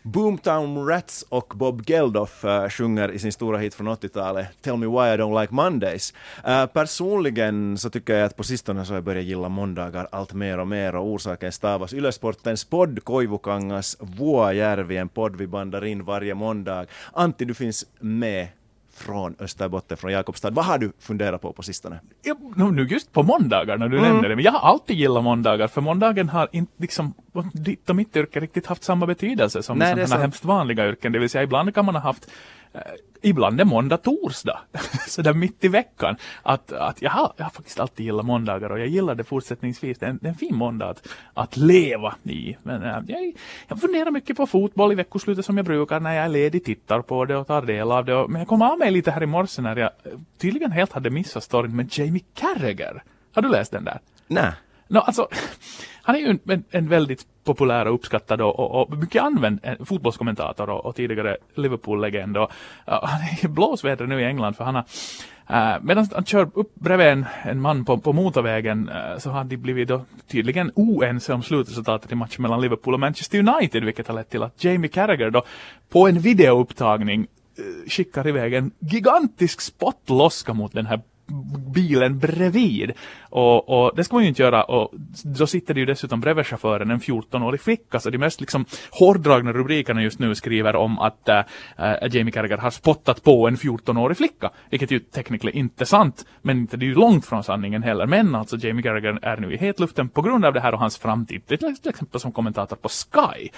Boomtown Rats och Bob Geldof sjunger i sin stora hit från 80-talet Tell Me Why I Don't Like Mondays. Personligen så tycker jag att på sistone så har jag börjat gilla måndagar allt mer och mer, och orsaken stavas Ylesportens podd Koivukangas Vuojärvi, en podd vi bandar in varje måndag. Antti, du finns med från Österbotten, från Jakobstad. Vad har du funderat på sistone? Nu just på måndagar när du nämnde det. Men jag har alltid gillat måndagar, för måndagen har inte liksom ditt och mitt yrke riktigt haft samma betydelse som sådana hemskt vanliga yrken. Det vill säga ibland kan man ha haft ibland är måndag torsdag så där mitt i veckan att jag har faktiskt alltid gillat måndagar, och jag gillar det fortsättningsvis. Det är en fin måndag att leva i. Men jag funderar mycket på fotboll i veckoslutet som jag brukar när jag är ledig, tittar på det och tar del av det. Men jag kom av mig lite här i morse när jag tydligen helt hade missat storyn med Jamie Carragher. Har du läst den där? Nej. Alltså, han är ju en väldigt populär och uppskattad och mycket använd fotbollskommentator och tidigare Liverpool-legend. Han är blåsväder nu i England, för han har medan han kör upp bredvid en man på motorvägen så har de blivit då tydligen oense om slutresultatet i matchen mellan Liverpool och Manchester United, vilket har lett till att Jamie Carragher då på en videoupptagning skickar iväg en gigantisk spottloska mot den här bilen bredvid, och det ska man ju inte göra, och då sitter det ju dessutom bredvid chauffören en 14-årig flicka, så de mest liksom hårdragna rubrikerna just nu skriver om att Jamie Carragher har spottat på en 14-årig flicka, vilket ju tekniskt inte är sant, men det är ju långt från sanningen heller. Men alltså Jamie Carragher är nu i hetluften på grund av det här, och hans framtid till exempel som kommentator på Sky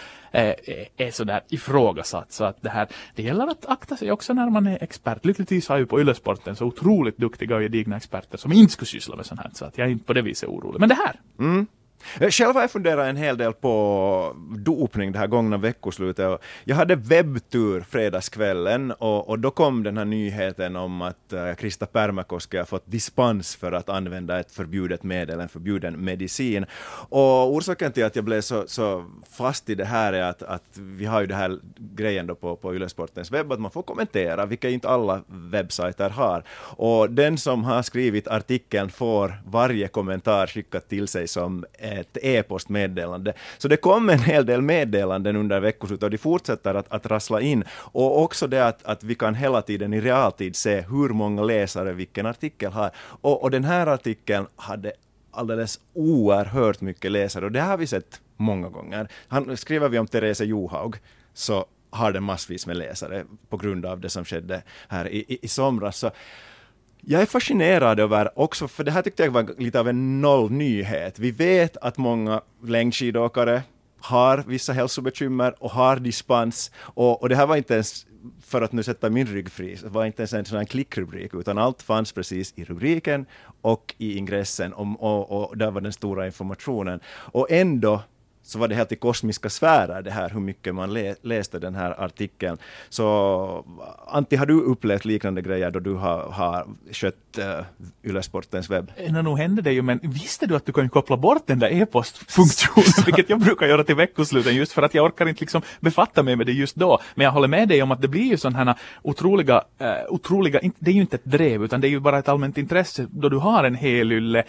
är sådär ifrågasatt, så att det gäller att akta sig också när man är expert. Lyckligtvis har ju på Ylesporten så otroligt duktiga och gedigna experter som inte skulle syssla med sånt här, så att jag är inte på det viset orolig. Men det här! Själv har jag funderat en hel del på dopning det här gångna veckoslutet. Jag hade webbtur fredagskvällen, och då kom den här nyheten om att Krista Pärmäkoski har fått dispens för att använda ett förbjudet medel, en förbjuden medicin. Och orsaken till att jag blev så fast i det här är att vi har ju det här grejen då på Ylesportens webb att man får kommentera, vilket inte alla webbsajter har. Och den som har skrivit artikeln får varje kommentar skickat till sig som ett e-postmeddelande. Så det kom en hel del meddelanden under veckoslutet, och de fortsätter att rassla in. Och också det att vi kan hela tiden i realtid se hur många läsare vilken artikel har. Och den här artikeln hade alldeles oerhört mycket läsare, och det har vi sett många gånger. Skriver vi om Therese Johaug så har den massvis med läsare på grund av det som skedde här i somras. Så jag är fascinerad över också, för det här tyckte jag var lite av en nollnyhet. Vi vet att många längdskidåkare har vissa hälsobekymmer och har dispens, och det här var inte ens, för att nu sätta min rygg fri, det var inte ens en sån här klickrubrik, utan allt fanns precis i rubriken och i ingressen, och där var den stora informationen. Och ändå så var det helt i kosmiska sfärer det här, hur mycket man läste den här artikeln. Så Antti, har du upplevt liknande grejer då du har skött Ylesportens webb? Nog hände det ju, men visste du att du kan koppla bort den där e-postfunktionen, vilket jag brukar göra till veckosluten, just för att jag orkar inte liksom befatta mig med det just då. Men jag håller med dig om att det blir ju sådana här otroliga, det är ju inte ett drev, utan det är ju bara ett allmänt intresse då du har en hel ylle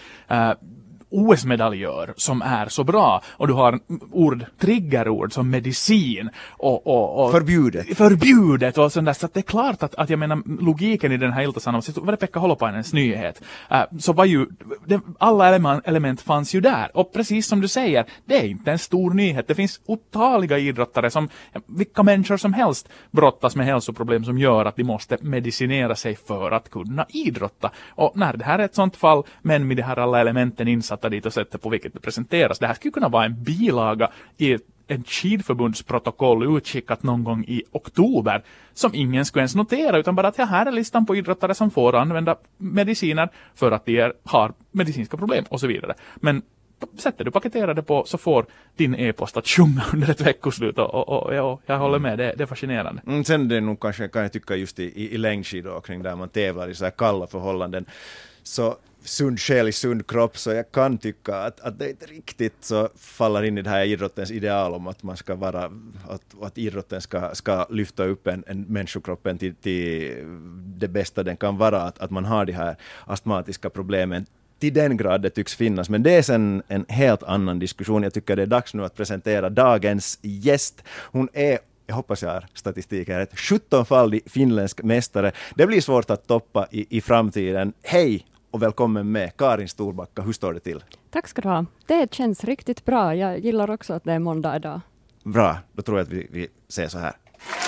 OS-medaljör som är så bra, och du har triggerord som medicin och förbjudet och sånt där, så att det är klart att jag menar logiken i den här Ilta-Sanomat, så var det Pekka Holopainens nyhet, så var ju alla element fanns ju där, och precis som du säger, det är inte en stor nyhet. Det finns otaliga idrottare som vilka människor som helst brottas med hälsoproblem som gör att de måste medicinera sig för att kunna idrotta, och när det här är ett sånt fall, men med det här alla elementen insatta dit och sättet på vilket det presenteras. Det här skulle kunna vara en bilaga i ett skidförbundsprotokoll utskickat någon gång i oktober som ingen skulle ens notera, utan bara att här är listan på idrottare som får använda mediciner för att de har medicinska problem och så vidare. Men sätter du paketerade på så får din e-post att sjunga under ett veckoslut, och jag håller med, det är fascinerande. Sen det nog kanske kan jag tycka just i längdskidåkning där man tävlar i så här kalla förhållanden, så sund själ i sund kropp, så jag kan tycka att det inte riktigt så faller in i det här idrottens ideal om att man ska vara, att idrotten ska lyfta upp en människokroppen till det bästa den kan vara, att man har de här astmatiska problemen till den grad det tycks finnas. Men det är sen en helt annan diskussion. Jag tycker det är dags nu att presentera dagens gäst. Hon är jag hoppas jag har statistiken rätt, 17-faldig finländsk mästare. Det blir svårt att toppa i framtiden. Hej och välkommen med Karin Storbacka. Hur står det till? Tack ska du ha. Det känns riktigt bra. Jag gillar också att det är måndag idag. Bra, då tror jag att vi säger så här.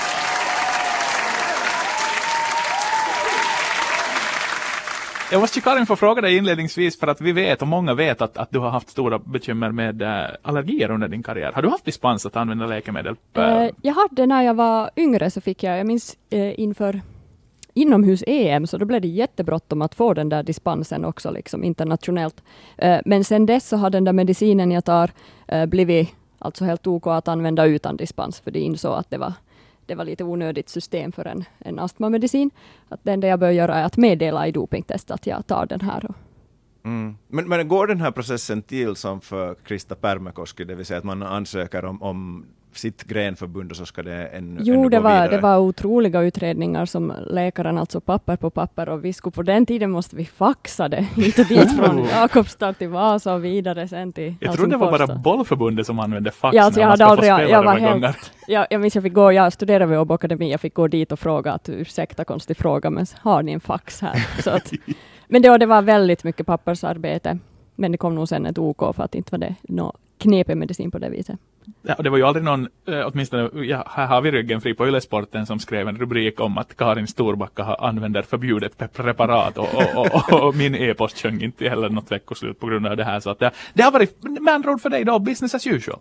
Jag måste Karin få fråga dig inledningsvis, för att vi vet och många vet att du har haft stora bekymmer med allergier under din karriär. Har du haft dispens att använda läkemedel? Jag hade när jag var yngre, så fick jag minns inför inomhus-EM, så då blev det jättebråttom att få den där dispensen också liksom internationellt. Men sen dess så har den där medicinen jag tar blivit alltså helt OK att använda utan dispens, för det insåg att det var lite onödigt system för en astmamedicin. Att det enda jag bör göra är att meddela i dopingtest att jag tar den här. Mm. Men går den här processen till som för Krista Pärmäkoski, det vill säga att man ansöker om sitt grenförbund och så ska det Jo, det var otroliga utredningar som läkaren, alltså papper på papper, och vi skulle på den tiden måste vi faxa det lite dit från Jakobstad till Vasa och vidare sen till Jag trodde det var bara bollförbundet som använde fax. Ja, alltså jag hade aldrig, jag var helt, jag minns jag studerade vid Åbo Akademi, jag fick gå dit och fråga att ursäkta konstig fråga, men har ni en fax här? Så att, men det var väldigt mycket pappersarbete, men det kom nog sen ett OK för att inte var det någon knepig medicin på det viset. Ja, det var ju aldrig någon, åtminstone här har vi Ryggen fri på Yle-sporten som skrev en rubrik om att Karin Storbacka använder förbjudet preparat och min e-post sjöng inte heller något veckoslut på grund av det här. Så att det har varit med andra ord för dig då business as usual.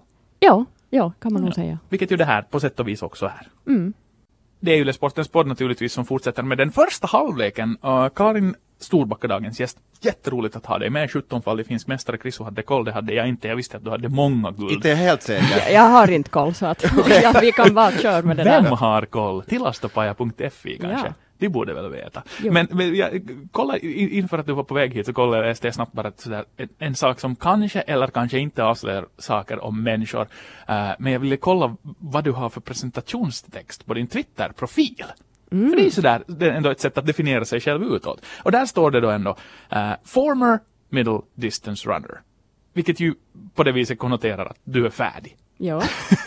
Ja, kan man nog säga. Vilket ju det här på sätt och vis också är. Mm. Det är ju Yle-sportens podd naturligtvis som fortsätter med den första halvleken. Karin Storbacka, dagens gäst. Jätteroligt att ha dig med. 17-fallig finsk mästare. Krisu hade koll, det hade jag inte. Jag visste att du hade många guld. Inte helt säker. Jag har inte koll, så att vi kan bara köra med det där. Vem har koll? Tilastopaja.fi kanske. Ja. Det borde väl veta. Jo. Men jag kolla inför att du var på väg hit, så kollade jag snabbt bara sådär, en sak som kanske eller kanske inte avslöjar saker om människor. Men jag ville kolla vad du har för presentationstext på din Twitter-profil. För det är sådär, det är ändå ett sätt att definiera sig själv utåt. Och där står det då ändå former middle distance runner. Vilket ju på det viset konnoterar att du är färdig. Ja.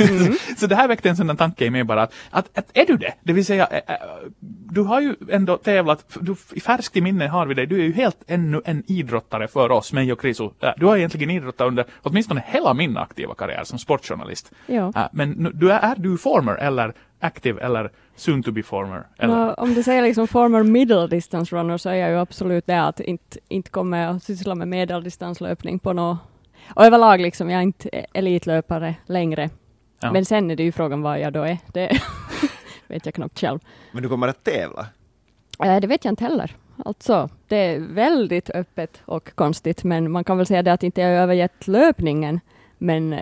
Så det här väckte en sån tanke i mig bara att är du det? Det vill säga, du har ju ändå tävlat, i färskt i minne har vi dig, du är ju helt ännu en idrottare för oss, mig och Krisu. Du har egentligen idrottat under åtminstone hela min aktiva karriär som sportjournalist. Ja. Men är du former eller active eller soon to be former? Eller? Ja, om du säger liksom former middle distance runner, så är jag ju absolut det att inte kommer att syssla med medeldistanslöpning på något. Och överlag liksom, jag är inte elitlöpare längre. Ja. Men sen är det ju frågan vad jag då är. Det vet jag knappt själv. Men du kommer att tävla? Det vet jag inte heller. Alltså, det är väldigt öppet och konstigt. Men man kan väl säga det att inte jag har övergett löpningen. Men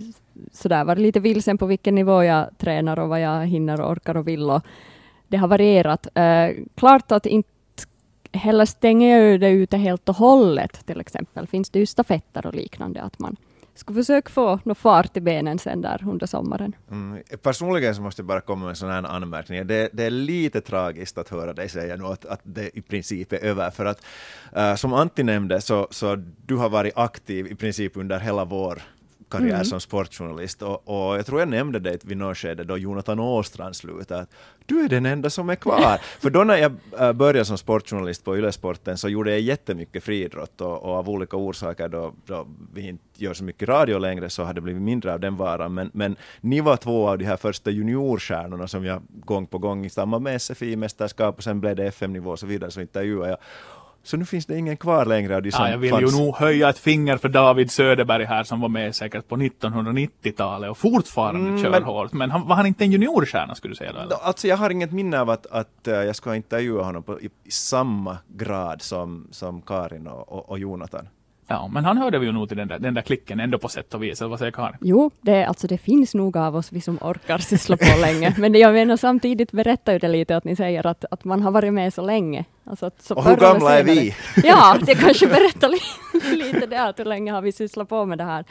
sådär var det lite vilsen på vilken nivå jag tränar och vad jag hinner och orkar och vill. Och det har varierat. Klart att inte heller stänger jag det ute helt och hållet. Till exempel finns det ju stafetter och liknande, att man ska försöka få något fart i benen sen där under sommaren. Personligen så måste jag bara komma med en sån här anmärkning. Det är lite tragiskt att höra dig säga nu att det i princip är över. För att som Antti nämnde så du har varit aktiv i princip under hela vår karriär som sportjournalist, och jag tror jag nämnde det vid något skede då Jonathan Åstrand slutade, att du är den enda som är kvar. För då när jag började som sportjournalist på Yle-sporten så gjorde jag jättemycket friidrott, och av olika orsaker då vi inte gör så mycket radio längre så hade det blivit mindre av den varan, men ni var två av de här första juniorstjärnorna som jag gång på gång i samband med SFI-mästerskap och sen blev det FM-nivå och så vidare, så intervjuade jag. Så nu finns det ingen kvar längre av de som jag vill ju nog höja ett finger för David Söderberg här som var med säkert på 1990-talet och fortfarande kör hårt. Men var han inte en juniorstjärna, skulle du säga då? Eller? Alltså jag har inget minne av att jag ska intervjua honom i samma grad som Karin och Jonathan. Ja, men han hörde vi ju nog till den där klicken ändå på sätt och vis. Eller vad säger Karin? Jo, det finns nog av oss vi som orkar syssla på länge. Men jag menar samtidigt berättar ju det lite att ni säger att man har varit med så länge. Alltså så och hur gamla är vi? Ja, det kanske berättar lite det att hur länge har vi sysslat på med det här.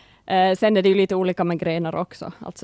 Sen är det ju lite olika med grenar också. Alltså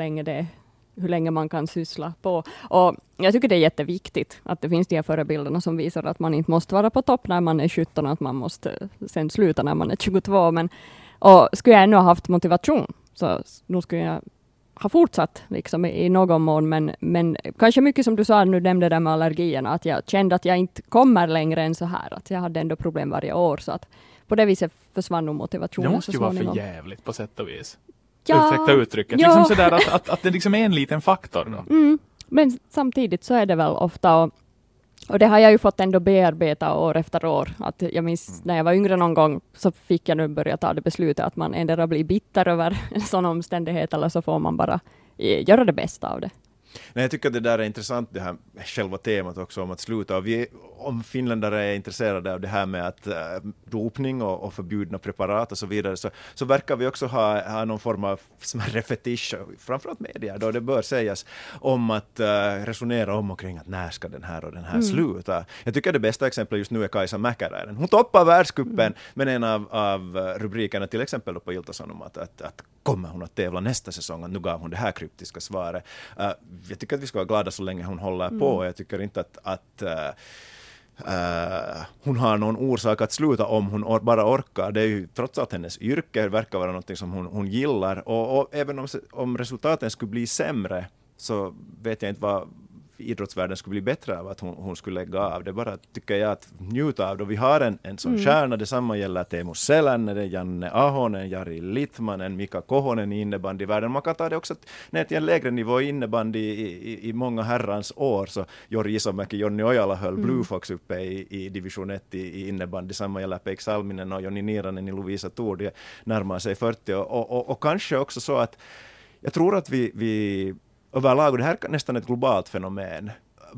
hur länge man kan syssla på. Och jag tycker det är jätteviktigt att det finns de här förebilderna som visar att man inte måste vara på topp när man är 17, att man måste sen sluta när man är 22. Och skulle jag ännu ha haft motivation så nu skulle jag har fortsatt liksom i någon mån, men kanske mycket som du sa nu, nämnde det med allergierna, att jag kände att jag inte kommer längre än så här, att jag hade ändå problem varje år, så att på det viset försvann nog motivationen. Det måste ju så vara för småningom. jävligt på sätt och vis. Ja, Ursäkta uttrycket. ja. Liksom sådär att det liksom är en liten faktor då. Men samtidigt så är det väl ofta, och det har jag ju fått ändå bearbeta år efter år. Att jag minns när jag var yngre någon gång, så fick jag nu börja ta det beslutet att man ändå blir bitter över en sån omständighet, eller så får man bara göra det bästa av det. Nej, jag tycker att det där är intressant, det här själva temat också om att sluta. Och om finländare är intresserade av det här med att dopning och förbjudna preparat och så vidare, så verkar vi också ha någon form av smärre fetisch, framförallt media då det bör sägas, om att resonera om och kring att när ska den här och den här sluta. Jag tycker det bästa exemplet just nu är Kaisa Mäkäräinen. Hon toppar världscupen, men en av rubrikerna till exempel då på Ilta-Sanomat att kommer hon att tävla nästa säsong, och nu gav hon det här kryptiska svaret. Jag tycker att vi ska vara glada så länge hon håller på. Jag tycker inte att hon har någon orsak att sluta om hon bara orkar. Det är ju trots allt hennes yrke, det verkar vara något som hon gillar. Och även om resultaten skulle bli sämre, så vet jag inte vad idrottsvärlden skulle bli bättre av att hon skulle lägga av. Det bara tycker jag att njuta av. Då vi har en sån stjärna, detsamma gäller Teemu Selänne, Janne Ahonen, Jari Littmanen, Mika Kohonen i innebandyvärlden. Man kan ta det också ner till en lägre nivå i innebandy i många herrans år. Så Jori Isomäki, Jonny Ojala höll Blue Fox uppe i division 1 i innebandy. Samma gäller Peik Salminen och Joni Niiranen i Lovisa Thor. Det närmar sig 40. Och kanske också så att jag tror att vi överlag, och det här är nästan ett globalt fenomen.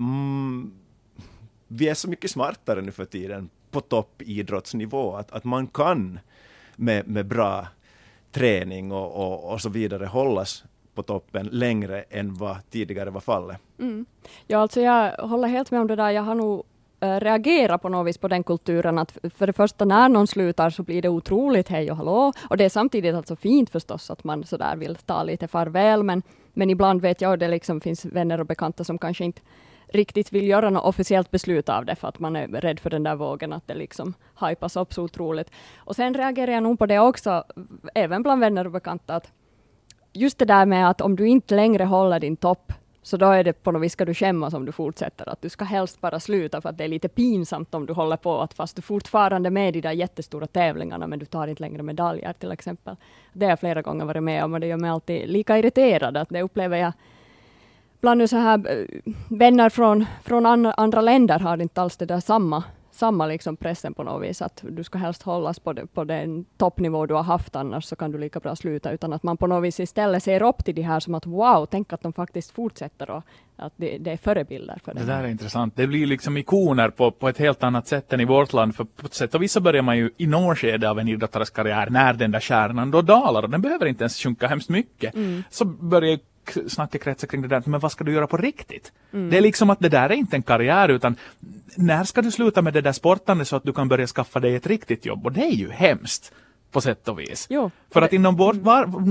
Vi är så mycket smartare nu för tiden på toppidrottsnivå att man kan med bra träning och så vidare hållas på toppen längre än vad tidigare var fallet. Ja, alltså jag håller helt med om det där. Jag har nog reagerat på något vis på den kulturen, att för det första när någon slutar så blir det otroligt hej och hallå, och det är samtidigt alltså fint förstås att man sådär vill ta lite farväl, men ibland vet jag att det liksom finns vänner och bekanta som kanske inte riktigt vill göra något officiellt beslut av det, för att man är rädd för den där vågen att det liksom hypas upp så otroligt. Och sen reagerar jag nog på det också, även bland vänner och bekanta, att just det där med att om du inte längre håller din topp, så då är det på något vis ska du skämmas om du fortsätter. Att du ska helst bara sluta, för att det är lite pinsamt om du håller på, att fast du fortfarande är med i de där jättestora tävlingarna, men du tar inte längre medaljer till exempel. Det har jag flera gånger varit med om, och det gör mig alltid lika irriterad. Att det upplever jag bland nu så här vänner från andra länder har inte alls det där samma liksom pressen på något vis, att du ska helst hållas på den toppnivå du har haft, annars så kan du lika bra sluta, utan att man på något vis istället ser upp till de här som att wow, tänk att de faktiskt fortsätter, och att det är förebilder för det. Det där är intressant. Det blir liksom ikoner på ett helt annat sätt än i vårt land, för på ett sätt och vis så börjar man ju i någon skede av en idrottares karriär när den där kärnan då dalar, och den behöver inte ens sjunka hemskt mycket. Så börjar snacket kretsa kring det där, men vad ska du göra på riktigt? Det är liksom att det där är inte en karriär, utan när ska du sluta med det där sportande så att du kan börja skaffa dig ett riktigt jobb? Och det är ju hemskt på sätt och vis. Jo. För att inom vår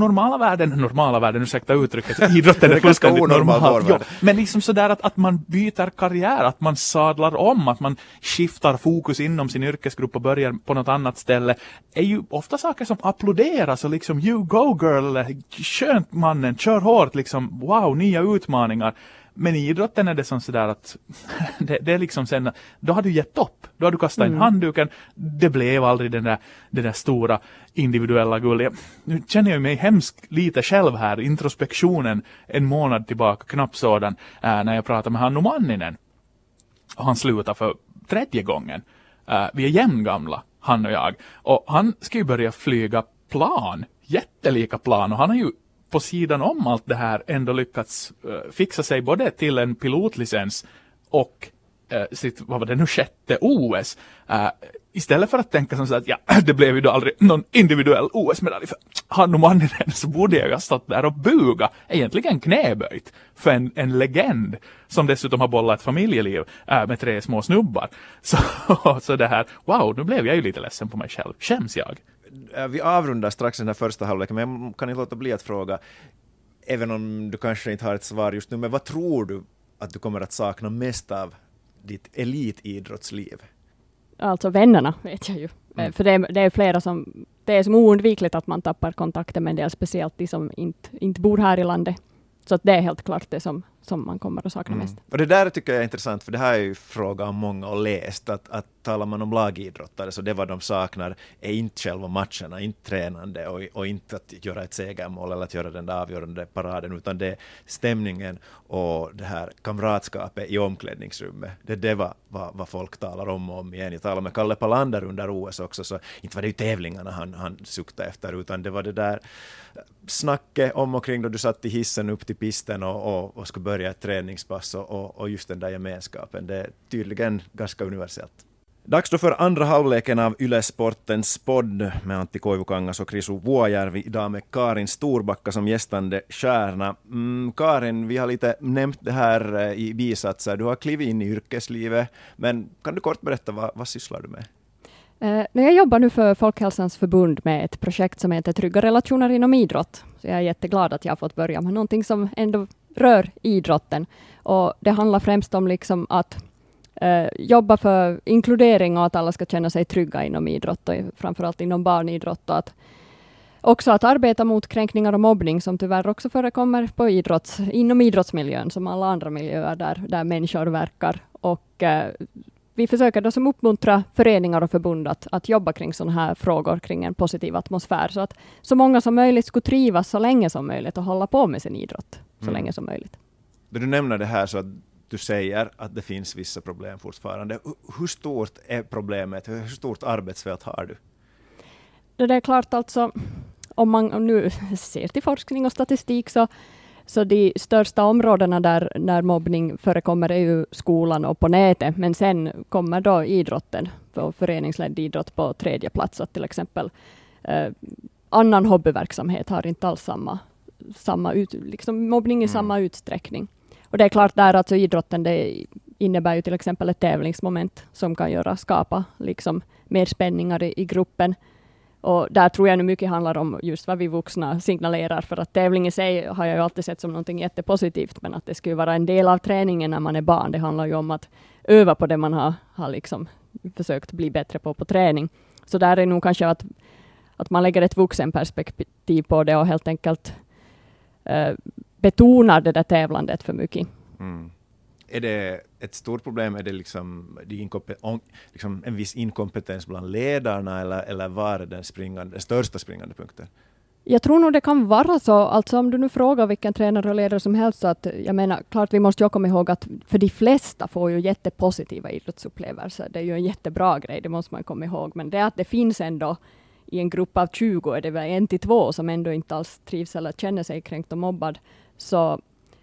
normala världen, ursäkta uttrycket, idrotten är fullständigt normal. Ja, men liksom sådär att man byter karriär, att man sadlar om, att man skiftar fokus inom sin yrkesgrupp och börjar på något annat ställe, är ju ofta saker som applåderas och liksom you go girl, skönt mannen, kör hårt, liksom wow, nya utmaningar. Men i idrotten är det som sådär att det är liksom sen, då har du gett upp. Då har du kastat in handduken. Det blev aldrig det där stora individuella guld. Nu känner jag mig hemskt lite själv här. Introspektionen en månad tillbaka, knappt sådan, när jag pratade med Hannu Manninen. Och han slutade för 3:e gången. Vi är jämngamla, han och jag. Och han ska ju börja flyga plan. Jättelika plan. Och han har ju på sidan om allt det här ändå lyckats fixa sig både till en pilotlicens och sitt, vad var det nu, 6:e OS. Istället för att tänka som så att det blev ju då aldrig någon individuell OS-medalj för Hannu Manninen, så borde jag ju ha stått där och buga, egentligen knäböjt för en legend som dessutom har bollat ett familjeliv med 3 små snubbar. Så det här, wow, nu blev jag ju lite ledsen på mig själv. Skäms jag? Vi avrundar strax den här första halvleken, men jag kan inte låta bli att fråga, även om du kanske inte har ett svar just nu, men vad tror du att du kommer att sakna mest av ditt elitidrottsliv? alltså vännerna vet jag ju. För det är flera som, det är som oundvikligt att man tappar kontakten med en del, speciellt de som inte bor här i landet. Så att det är helt klart det som man kommer att sakna mest. Och det där tycker jag är intressant, för det här är ju fråga om många har läst, att talar man om lagidrottare så det vad de saknar är inte själva matcherna, inte tränande och inte att göra ett segermål eller att göra den där avgörande paraden, utan det är stämningen och det här kamratskapet i omklädningsrummet. Det är det vad folk talar om och om igen. Jag talade med Kalle Palander under OS också, så inte var det ju tävlingarna han suktade efter, utan det var det där snacket om och kring då du satt i hissen upp till pisten och skulle börja ett träningspass och just den där gemenskapen. Det är tydligen ganska universellt. Dags då för andra halvleken av Yle Sportens podd med Antti Koivukangas och Krisu Vuojärvi, idag med Karin Storbacka som gästande stjärna. Karin, vi har lite nämnt det här i bisatser. Du har klivit in i yrkeslivet, men kan du kort berätta vad sysslar du med? Jag jobbar nu för Folkhälsans förbund med ett projekt som heter Trygga relationer inom idrott. Så jag är jätteglad att jag har fått börja med någonting som ändå rör idrotten. Och det handlar främst om liksom att jobba för inkludering och att alla ska känna sig trygga inom idrott och framförallt inom barnidrott. Och också att arbeta mot kränkningar och mobbning som tyvärr också förekommer inom idrottsmiljön som alla andra miljöer där människor verkar. Och vi försöker då som uppmuntra föreningar och förbund att jobba kring sådana här frågor, kring en positiv atmosfär, så att så många som möjligt skulle trivas så länge som möjligt och hålla på med sin idrott så länge som möjligt. Du nämner det här så att du säger att det finns vissa problem fortfarande. Hur stort är problemet? Hur stort arbetsfält har du? Det är klart, alltså om man nu ser till forskning och statistik så de största områdena där mobbning förekommer är ju skolan och på nätet. Men sen kommer då idrotten, för föreningsledd idrott på tredje plats. Att till exempel annan hobbyverksamhet har inte alls mobbning i samma utsträckning. Och det är klart där alltså idrotten, det innebär ju till exempel ett tävlingsmoment som kan skapa liksom mer spänningar i gruppen. Och där tror jag nu mycket handlar om just vad vi vuxna signalerar, för att tävling i sig har jag ju alltid sett som någonting jättepositivt, men att det skulle vara en del av träningen när man är barn. Det handlar ju om att öva på det man har liksom försökt bli bättre på träning. Så där är nog kanske att man lägger ett vuxenperspektiv på det och helt enkelt betonar det där tävlandet för mycket. Är det ett stort problem? Är det liksom en viss inkompetens bland ledarna eller var är den största springande punkten? Jag tror nog det kan vara så. Alltså om du nu frågar vilken tränare och ledare som helst, så att jag menar, klart vi måste ju komma ihåg att för de flesta får ju jättepositiva idrottsupplevelser. Det är ju en jättebra grej, det måste man komma ihåg. Men det att det finns ändå i en grupp av 20 är det väl 1-2 som ändå inte alls trivs eller känner sig kränkt och mobbad. Så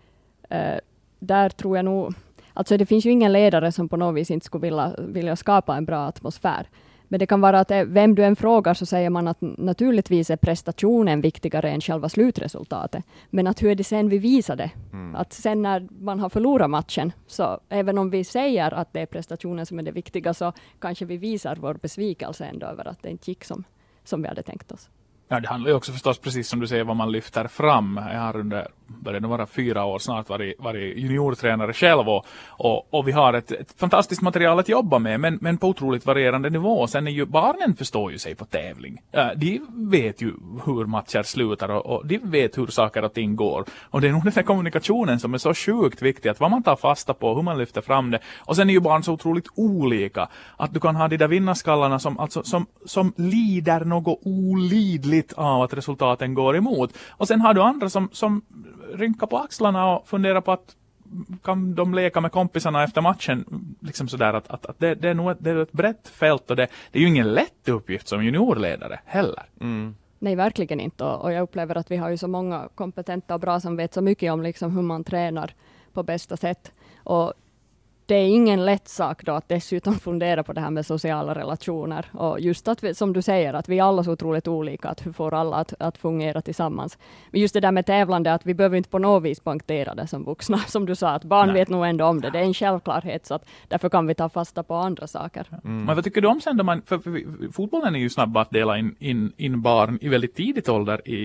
där tror jag nog, alltså det finns ju ingen ledare som på något vis inte skulle vilja skapa en bra atmosfär. Men det kan vara att vem du än frågar så säger man att naturligtvis är prestationen viktigare än själva slutresultatet. Men att hur är det sen vi visar det? Att sen när man har förlorat matchen, så även om vi säger att det är prestationen som är det viktiga, så kanske vi visar vår besvikelse ändå över att det inte gick som vi hade tänkt oss. Ja, det handlar ju också förstås, precis som du säger, vad man lyfter fram. Jag har börjat vara 4 år snart varit juniortränare själv och vi har ett fantastiskt material att jobba med, men på otroligt varierande nivå. Sen är ju barnen förstår ju sig på tävling. De vet ju hur matcher slutar och de vet hur saker och ting går. Och det är nog den här kommunikationen som är så sjukt viktig, att vad man tar fasta på, hur man lyfter fram det. Och sen är ju barn så otroligt olika. Att du kan ha de där vinnarskallarna som lider något olidligt av att resultaten går emot. Och sen har du andra som rynkar på axlarna och funderar på att kan de leka med kompisarna efter matchen. Liksom sådär att det är nog ett brett fält, och det är ju ingen lätt uppgift som juniorledare heller. Nej, verkligen inte. Och jag upplever att vi har ju så många kompetenta och bra som vet så mycket om liksom hur man tränar på bästa sätt. Och det är ingen lätt sak då att dessutom fundera på det här med sociala relationer. Och just att som du säger, att vi är alla så otroligt olika, att hur får alla att fungera tillsammans. Men just det där med tävlande, att vi behöver inte på något vis punktera det som vuxna. Som du sa, att barn vet nog ändå om det. Det är en självklarhet, så att därför kan vi ta fasta på andra saker. Men vad tycker du om sen då för fotbollen är ju snabb att dela in barn i väldigt tidigt ålder i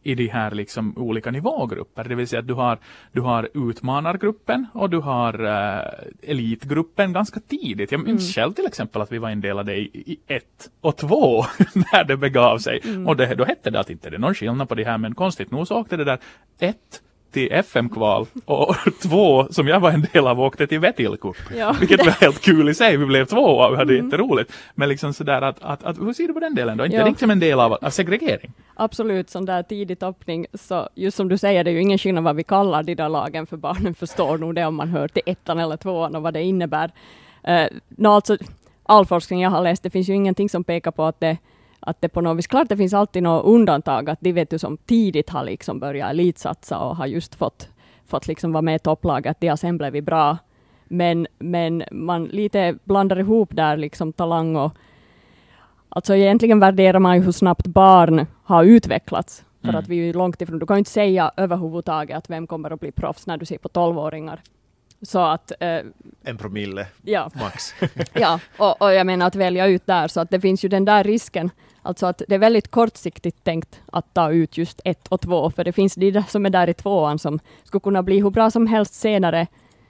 i de här liksom olika nivågrupper. Det vill säga att du har utmanargruppen och du har elitgruppen ganska tidigt. Jag minns själv till exempel att vi var indelade i 1 och 2 när det begav sig. Och då hette det att inte det är någon skillnad på det här, men konstigt nog så åkte det där 1 till FM-kval och 2 som jag var en del av åkte till Vetilkup. Ja, vilket var helt kul i sig. Vi blev 2 och vi hade jätteroligt. Men liksom sådär att hur ser du på den delen då? Inte riktigt som en del av segregering. Absolut, sån där tidig toppning. Så just som du säger, det är ju ingen skillnad vad vi kallar de där lagen, för barnen förstår nog det om man hör till 1 eller 2 och vad det innebär. Alltså, all forskning jag har läst, det finns ju ingenting som pekar på att det på något vis, klart det finns alltid något undantag, att de vet du som tidigt har liksom börjat elitsatsa och har just fått liksom vara med i topplaget, de har sen blivit bra. Men man lite blandar ihop där liksom talang och alltså egentligen värderar man ju hur snabbt barn har utvecklats. För att vi är ju långt ifrån, du kan ju inte säga överhuvudtaget att vem kommer att bli proffs när du ser på 12-åringar. Så att 1 promille max. Ja, och jag menar att välja ut där, så att det finns ju den där risken. Alltså att det är väldigt kortsiktigt tänkt att ta ut just 1 och 2, för det finns de där som är där i 2:an som skulle kunna bli hur bra som helst senare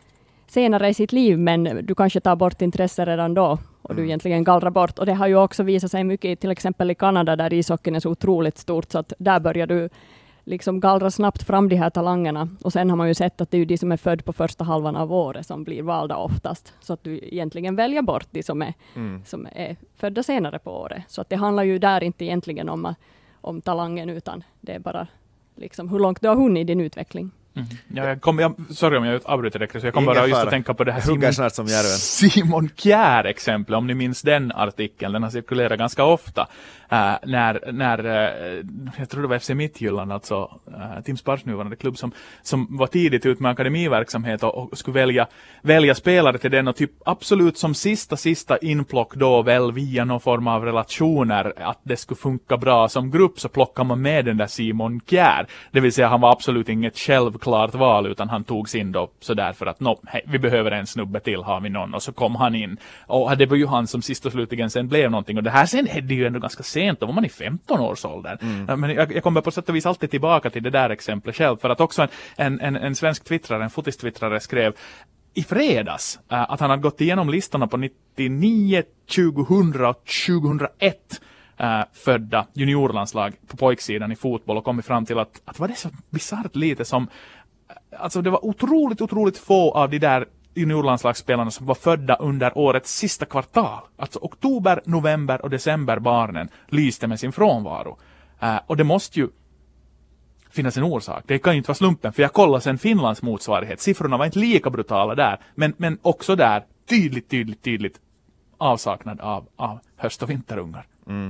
i sitt liv, men du kanske tar bort intresse redan då och du egentligen gallrar bort. Och det har ju också visat sig mycket, till exempel i Kanada där ishockeyn är så otroligt stort, så att där börjar du liksom gallra snabbt fram de här talangerna. Och sen har man ju sett att det är ju de som är född på första halvan av året som blir valda oftast. Så att du egentligen väljer bort de som är födda senare på året. Så att det handlar ju där inte egentligen om talangen, utan det är bara liksom hur långt du har hunnit i din utveckling. Ja, sorry om jag avbryter det, så jag kommer bara just att tänka på det här Simon Kjär-exempel, om ni minns den artikeln. Den har cirkulerat ganska ofta när jag tror det var FC Midtjylland, alltså Tim Spars nuvarande klubb, som var tidigt ut med akademiverksamhet och skulle välja spelare till den, och typ absolut som sista inplock då väl via någon form av relationer att det skulle funka bra som grupp, så plockar man med den där Simon Kjär. Det vill säga han var absolut inget självklart val, utan han togs in då sådär för att vi behöver en snubbe till, har vi någon, och så kom han in. Och det var ju han som sist och slutligen sen blev någonting, och det här sen hände ju ändå ganska sent, då var man i 15-årsåldern. Men jag kommer på sätt och vis alltid tillbaka till det där exemplet själv, för att också en svensk twittrare, en fotistwittrare skrev i fredags att han hade gått igenom listorna på 99, 2000 och 2001 födda juniorlandslag på pojksidan i fotboll, och kommit fram till att var det så bisarrt lite som, alltså det var otroligt få av de där juniorlandslagsspelarna som var födda under årets sista kvartal. Alltså oktober, november och december barnen lyste med sin frånvaro. Och det måste ju finnas en orsak. Det kan ju inte vara slumpen, för jag kollade sen Finlands motsvarighet. Siffrorna var inte lika brutala där, men också där tydligt avsaknad av höst- och vinterungar.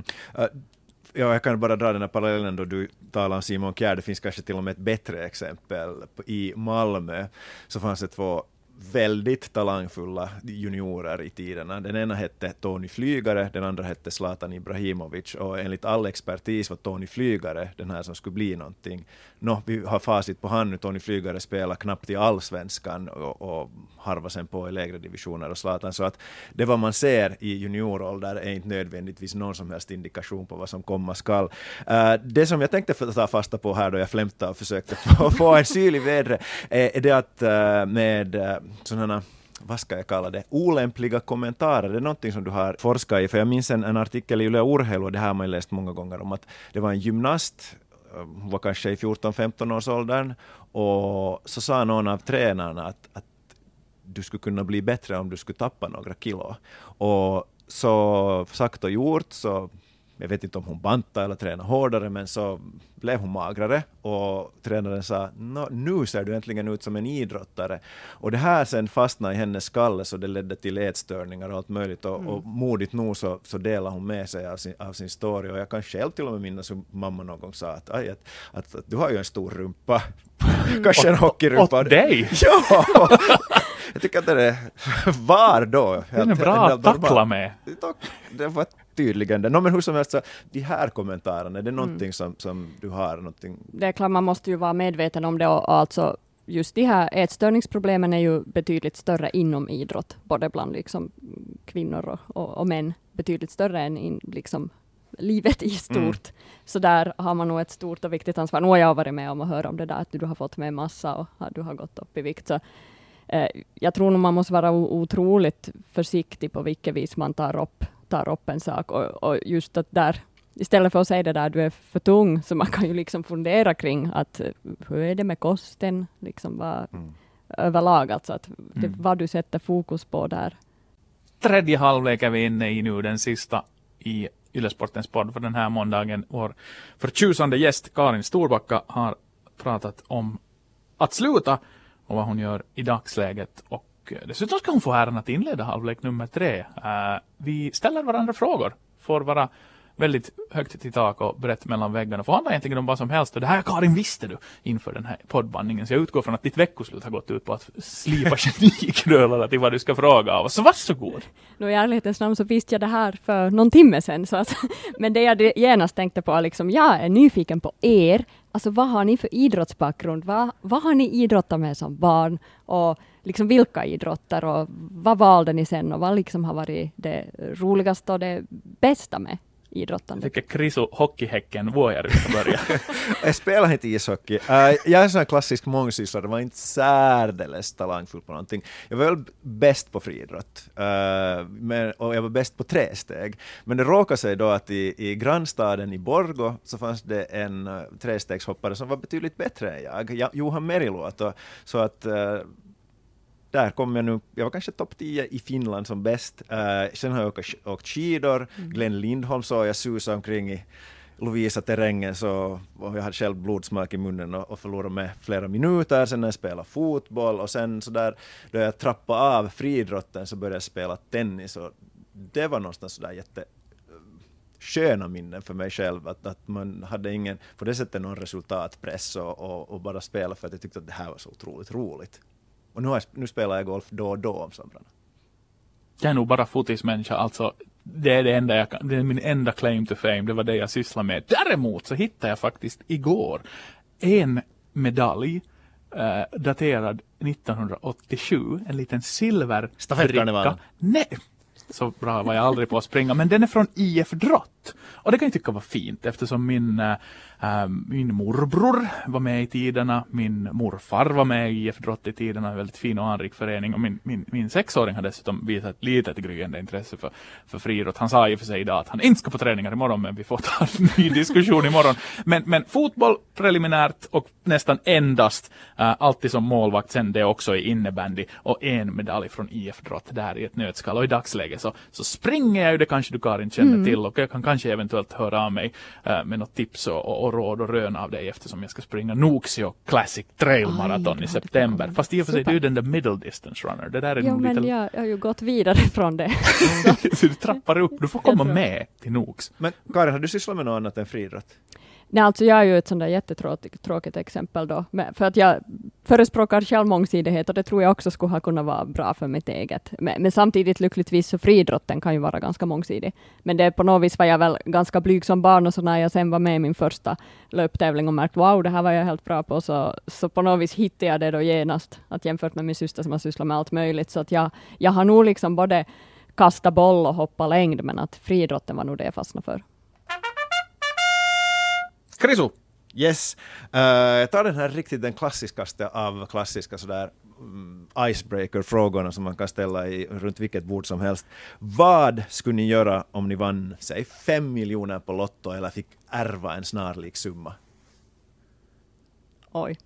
Ja, jag kan bara dra den här parallellen då du talar om Simon Kjær. Det finns kanske till och med ett bättre exempel. I Malmö så fanns det 2 väldigt talangfulla juniorer i tiderna. Den ena hette Tony Flygare, den andra hette Zlatan Ibrahimovic, och enligt all expertis var Tony Flygare den här som skulle bli någonting. Vi har facit på hand nu. Tony Flygare spelar knappt i allsvenskan och harvar sen på i lägre divisioner och Zlatan, så att det vad man ser i juniorålder är inte nödvändigtvis någon som helst indikation på vad som komma skall. Det som jag tänkte ta fasta på här då jag flämtade och försökte få en syl i vädret är det att med sådana, vad ska jag kalla det, olämpliga kommentarer. Det är någonting som du har forskat i, för jag minns en artikel i Yle Urheilu, och det här har man läst många gånger, om att det var en gymnast, var kanske i 14-15 års åldern, och så sa någon av tränarna att du skulle kunna bli bättre om du skulle tappa några kilo. Och så sagt och gjort, så jag vet inte om hon bantade eller tränade hårdare, men så blev hon magrare, och tränaren sa, nu ser du äntligen ut som en idrottare. Och det här sen fastnade i hennes skalle, så det ledde till ätstörningar och allt möjligt, och modigt nog så delar hon med sig av sin story. Och jag kan själv till och med minnas som mamma någon gång sa att du har ju en stor rumpa, kanske en hockeyrumpa. Åt dig? Ja! Jag tycker att det är var då. Det är bra att tackla med. Det var tydligen det. Men hur som helst, så de här kommentarerna, är det någonting som du har? Någonting? Det är klart, man måste ju vara medveten om det, och alltså just de här ätstörningsproblemen är ju betydligt större inom idrott, både bland liksom kvinnor och män, betydligt större än liksom livet i stort. Så där har man nog ett stort och viktigt ansvar. Nu har jag varit med om att höra om det där, att du har fått med massa och du har gått upp i vikt. Så, jag tror nog man måste vara otroligt försiktig på vilket vis man tar upp en sak. Och just att där, istället för att säga det där, du är för tung, så man kan ju liksom fundera kring att hur är det med kosten? Liksom överlag, alltså att vad du sätter fokus på där. Tredje halvlek är vi inne i nu, den sista i Yle-sportens podd för den här måndagen. Vår förtjusande gäst Karin Storbacka har pratat om att sluta och vad hon gör i dagsläget. Och dessutom ska hon få äran att inleda halvlek nummer 3. Vi ställer varandra frågor, får vara väldigt högt i tak och brett mellan väggarna. Får handla egentligen om vad som helst. Och det här, Karin, visste du inför den här poddbandningen. Så jag utgår från att ditt veckoslut har gått ut på att slipa geniknölarna till vad du ska fråga av. Så varsågod. I ärlighetens namn så visste jag det här för någon timme sedan. Så att, men det jag genast tänkte på är liksom, jag är nyfiken på er. Alltså vad har ni för idrottsbakgrund? Vad har ni idrottat med som barn? Och liksom vilka idrotter? Och vad valde ni sen? Och vad liksom har varit det roligaste och det bästa med idrottande? Jag tycker Krisu hockeyhäcken vågar ut börja. Jag spelar inte ishockey. Jag är en sån här klassisk mångsysslare. Det var inte särdeles talangfull på någonting. Jag var väl bäst på friidrott. Och jag var bäst på trästeg. Men det råkade sig då att i grannstaden i Borgå så fanns det en trästegshoppare som var betydligt bättre än jag. Johan Meriluoto. Så att där kom jag nu, jag var kanske topp 10 i Finland som bäst. Sen har jag åkt skidor. Glenn Lindholm så jag susade omkring i Lovisa-terrängen och jag hade själv blodsmak i munnen och förlorade med flera minuter. Sen när jag spelade fotboll och sen så där då jag trappade av friidrotten så började jag spela tennis och det var någonstans så där sköna minnen för mig själv att man hade ingen, på det sättet någon resultatpress och bara spela för att jag tyckte att det här var så otroligt roligt. Och nu spelar jag golf då och då om somrarna. Jag är nog bara fotismänniska, alltså det är det är min enda claim to fame, det var det jag sysslar med. Däremot så hittade jag faktiskt igår en medalj daterad 1987, en liten silverbricka. Nej, så bra var jag aldrig på att springa, men den är från IF Drott. Och det kan jag tycka var fint eftersom min morbror var med i tiderna, min morfar var med i IF Drott i tiderna, en väldigt fin och anrik förening, och min 6-åring har dessutom visat ett litet gryende intresse för friidrott. Han sa i och för sig idag att han inte ska på träningar imorgon, men vi får ta en ny diskussion imorgon. Men fotboll preliminärt och nästan endast alltid som målvakt, sen det också i innebandy och en medalj från IF Drott där i ett nötskal. Och i dagsläget så springer jag ju, det kanske du Karin känner till, och jag kan kanske eventuellt höra av mig med något tips och råd och rön av dig eftersom jag ska springa Nuuksio Classic Trail Marathon i september. Fast i och för sig du är den där middle distance runner. Det där är nog lite... jag har ju gått vidare från det. Så du trappar upp, du får komma med till Nuuks. Men Karin, har du sysslat med något annat än friidrott? Nej, alltså jag är ju ett sånt där jättetråkigt exempel då. För att jag förespråkar själv mångsidighet och det tror jag också skulle ha kunnat vara bra för mitt eget. Men samtidigt lyckligtvis så friidrotten kan ju vara ganska mångsidig. Men det på något vis var jag väl ganska blyg som barn och så när jag sen var med i min första löptävling och märkte wow, det här var jag helt bra på, så på något vis hittade jag det då genast, att jämfört med min syster som har sysslat med allt möjligt. Så att jag har nog liksom både kasta boll och hoppa längd, men att friidrotten var nog det jag fastnade för. Krisu! Yes. Jag tar den klassiskaste av klassiska sådär icebreaker-frågorna som man kan ställa runt vilket bord som helst. Vad skulle ni göra om ni vann, säg 5 miljoner på Lotto eller fick ärva en snarlik summa? Oj.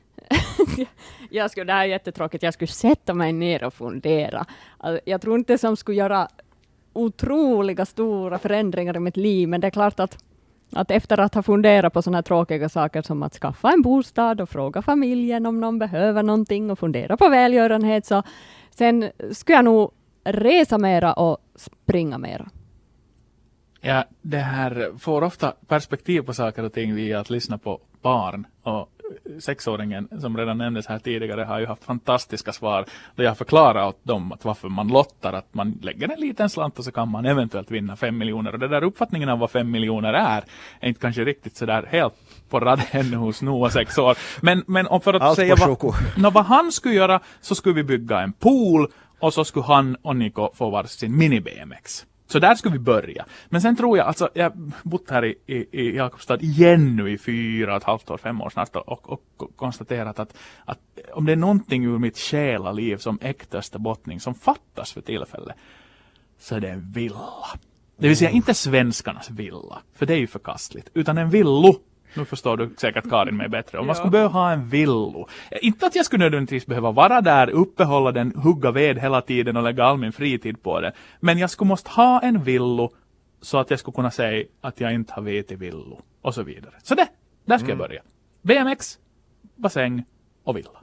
Det här är jättetråkigt. Jag skulle sätta mig ner och fundera. Alltså, jag tror inte som skulle göra otroliga stora förändringar i mitt liv, men det är klart att efter att ha funderat på sådana här tråkiga saker som att skaffa en bostad och fråga familjen om någon behöver någonting och fundera på välgörenhet, så sen skulle jag nog resa mera och springa mera. Ja, det här får ofta perspektiv på saker och ting via att lyssna på barn, och 6-åringen som redan nämndes här tidigare har ju haft fantastiska svar där jag förklarar åt dem att varför man lottar, att man lägger en liten slant och så kan man eventuellt vinna 5 miljoner, och det där uppfattningen av vad 5 miljoner är inte kanske riktigt så där helt på raden hos Noah 6 år, men om för att allt säga vad han skulle göra, så skulle vi bygga en pool och så skulle han och Niko få varsin mini-BMX. Så där ska vi börja. Men sen tror jag, alltså jag har bott här i Jakobstad igen nu i 4,5 år, 5 år snart och konstaterat att om det är någonting ur mitt själaliv som äktaste bottning som fattas för tillfället, så är det en villa. Det vill säga inte svenskarnas villa, för det är ju förkastligt, utan en villo. Nu förstår du säkert Karin mig bättre. Om man skulle behöva ha en villo. Inte att jag skulle nödvändigtvis behöva vara där, uppehålla den, hugga ved hela tiden och lägga all min fritid på det. Men jag skulle måste ha en villo så att jag skulle kunna säga att jag inte har vet i villo. Och så vidare. Så där ska jag börja. BMX, bassäng och villa.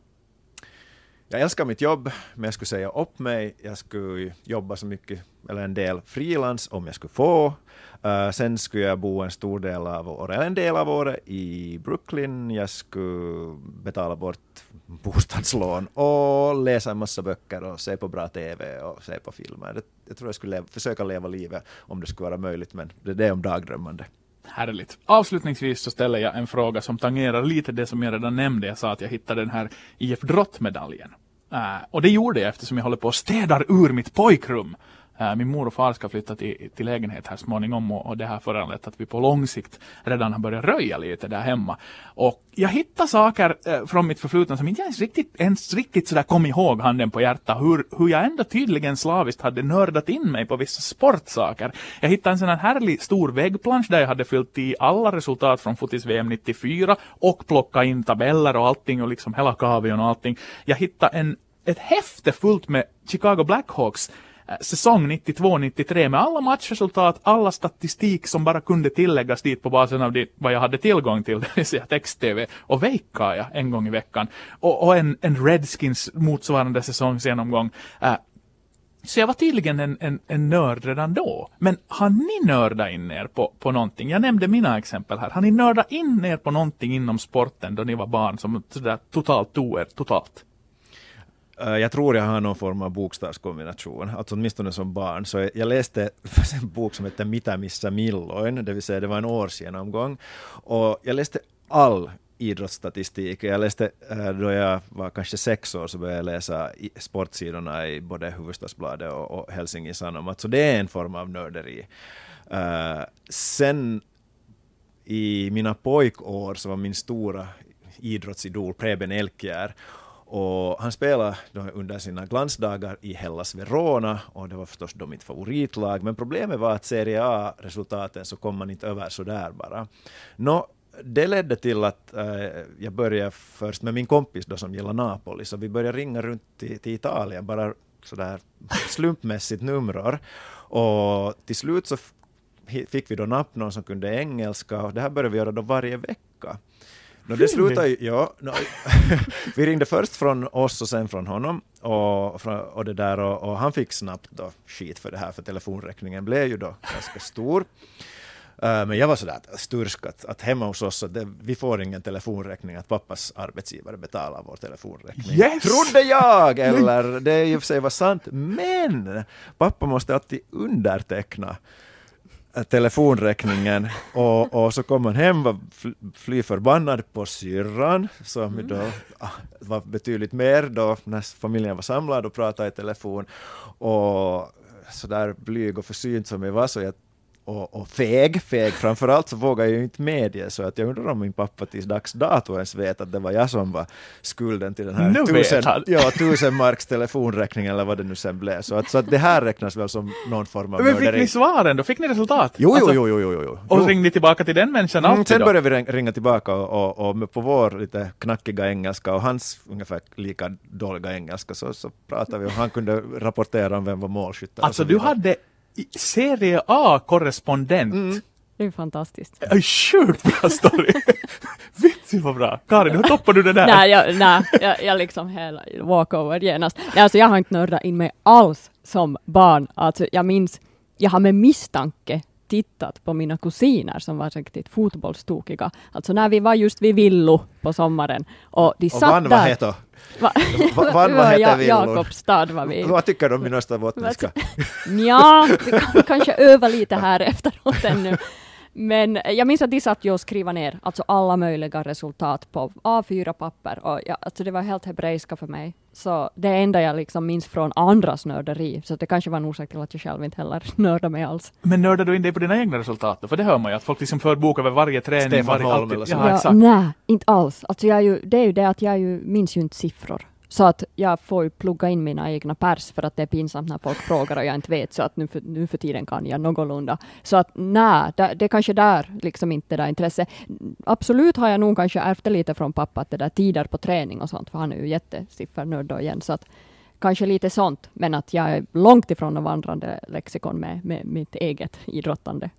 Jag älskar mitt jobb, men jag skulle säga upp mig. Jag skulle jobba så mycket, eller en del frilans om jag skulle få. Sen skulle jag bo en stor del av året, eller en del av året i Brooklyn. Jag skulle betala bort bostadslån och läsa en massa böcker och se på bra tv och se på filmer. Jag tror jag skulle försöka leva livet om det skulle vara möjligt, men det är det om dagdrömmande. Härligt. Avslutningsvis så ställer jag en fråga som tangerar lite det som jag redan nämnde. Jag sa att jag hittade den här IF Drott-medaljen. Och det gjorde jag eftersom jag håller på att städar ur mitt pojkrum. Min mor och far ska flytta till lägenhet här småningom och det här föranlett att vi på lång sikt redan har börjat röja lite där hemma. Och jag hittar saker från mitt förflutna som inte ens riktigt sådär kom ihåg, handen på hjärta, hur jag ändå tydligen slaviskt hade nördat in mig på vissa sportsaker. Jag hittade en sån här härlig stor väggplansch där jag hade fyllt i alla resultat från fotis-VM 94 och plockat in tabeller och allting och liksom hela kavion och allting. Jag hittade ett häfte fullt med Chicago Blackhawks säsong 92-93 med alla matchresultat, alla statistik som bara kunde tilläggas dit på basen av det, vad jag hade tillgång till, det vill säga text-tv, och vejkade jag en gång i veckan. Och en Redskins motsvarande säsongsgenomgång. Så jag var tydligen en nörd redan då. Men har ni nördat in er på någonting? Jag nämnde mina exempel här. Har ni nördat in er på någonting inom sporten då ni var barn som sådär totalt tog er totalt? Jag tror jag har någon form av bokstavskombination, alltså åtminstone som barn. Så jag läste en bok som heter Mitä missä milloin, det vill säga det var en årsgenomgång. Och jag läste all idrottsstatistik. Jag läste då jag var kanske 6 år, så började jag läsa sportsidorna i både Hufvudstadsbladet och Helsingin Sanomat. Så det är en form av nörderi. Sen i mina pojkår så var min stora idrottsidol Preben Elkjär. Och han spelade då under sina glansdagar i Hellas Verona, och det var förstås då mitt favoritlag. Men problemet var att Serie A-resultaten så kom man inte över så där bara. Det ledde till att jag började först med min kompis då som gillar Napoli. Så vi började ringa runt till Italien, bara sådär slumpmässigt nummer. Och till slut så fick vi då napp någon som kunde engelska, och det här började vi göra då varje vecka. Det slutade vi ringde först från oss och sen från honom och det där, och han fick snabbt då skit för det här, för telefonräkningen blev ju då ganska stor. Men jag var sådär sturskat att hemma hos oss vi får ingen telefonräkning, att pappas arbetsgivare betalar vår telefonräkning. Yes! Trodde jag, eller det i och för sig var sant, men pappa måste alltid underteckna telefonräkningen, och så kom han hem, var fly förbannad på syrran som då var betydligt mer då när familjen var samlad och pratade i telefon, och så där blyg och försynt som jag var, så jag och feg framförallt, så vågade jag ju inte medge, så att jag undrar om min pappa till dags dato ens vet att det var jag som var skulden till den här 1000 marks telefonräkning eller vad det nu sen blev. Så att det här räknas väl som någon form av mörderi. Men fick ni svaren då? Fick ni resultat? Jo. Och ringde ni tillbaka till den människan sen började vi ringa tillbaka och på vår lite knackiga engelska och hans ungefär lika dåliga engelska så pratade vi, och han kunde rapportera om vem var målskyttar. Alltså du hade Serie A-korrespondent. Det är fantastiskt. Sjukt bra story. Vitsigt vad bra. Karin, hur toppar du det där? Nej, jag liksom hela walkover genast. Nej, alltså jag har inte nördat in mig alls som barn. Alltså jag minns, jag har med misstanke tittat på mina kusiner som var riktigt fotbollstokiga. Alltså när vi var just vid Villo på sommaren. Och de satt vann, där. Vad heter vad heter Villo? Jakobstad var vi. Vad tycker du om min österbottniska? Ja, vi kan kanske öva lite här efteråt ännu. Men jag minns att de satt ju och skriva ner alltså alla möjliga resultat på A4-papper. Och alltså det var helt hebreiska för mig. Så det enda jag liksom minns från andras nörderi. Så det kanske var en orsak till att jag själv inte heller nördade mig alls. Men nördar du in dig på dina egna resultat då? För det hör man ju, att folk liksom för bok över varje träning. Stefan Holm eller så. Ja, exakt. Nej, inte alls. Alltså det är ju det att jag minns ju inte siffror. Så att jag får ju plugga in mina egna pers för att det är pinsamt när folk frågar och jag inte vet, så att nu för tiden kan jag någorlunda. Så att nej, det är kanske där liksom inte det där intresse. Absolut har jag nog kanske ärvt lite från pappa att det där tider på träning och sånt, för han är ju jättesiffernörd då igen, så att kanske lite sånt, men att jag är långt ifrån en vandrande lexikon med mitt eget idrottande.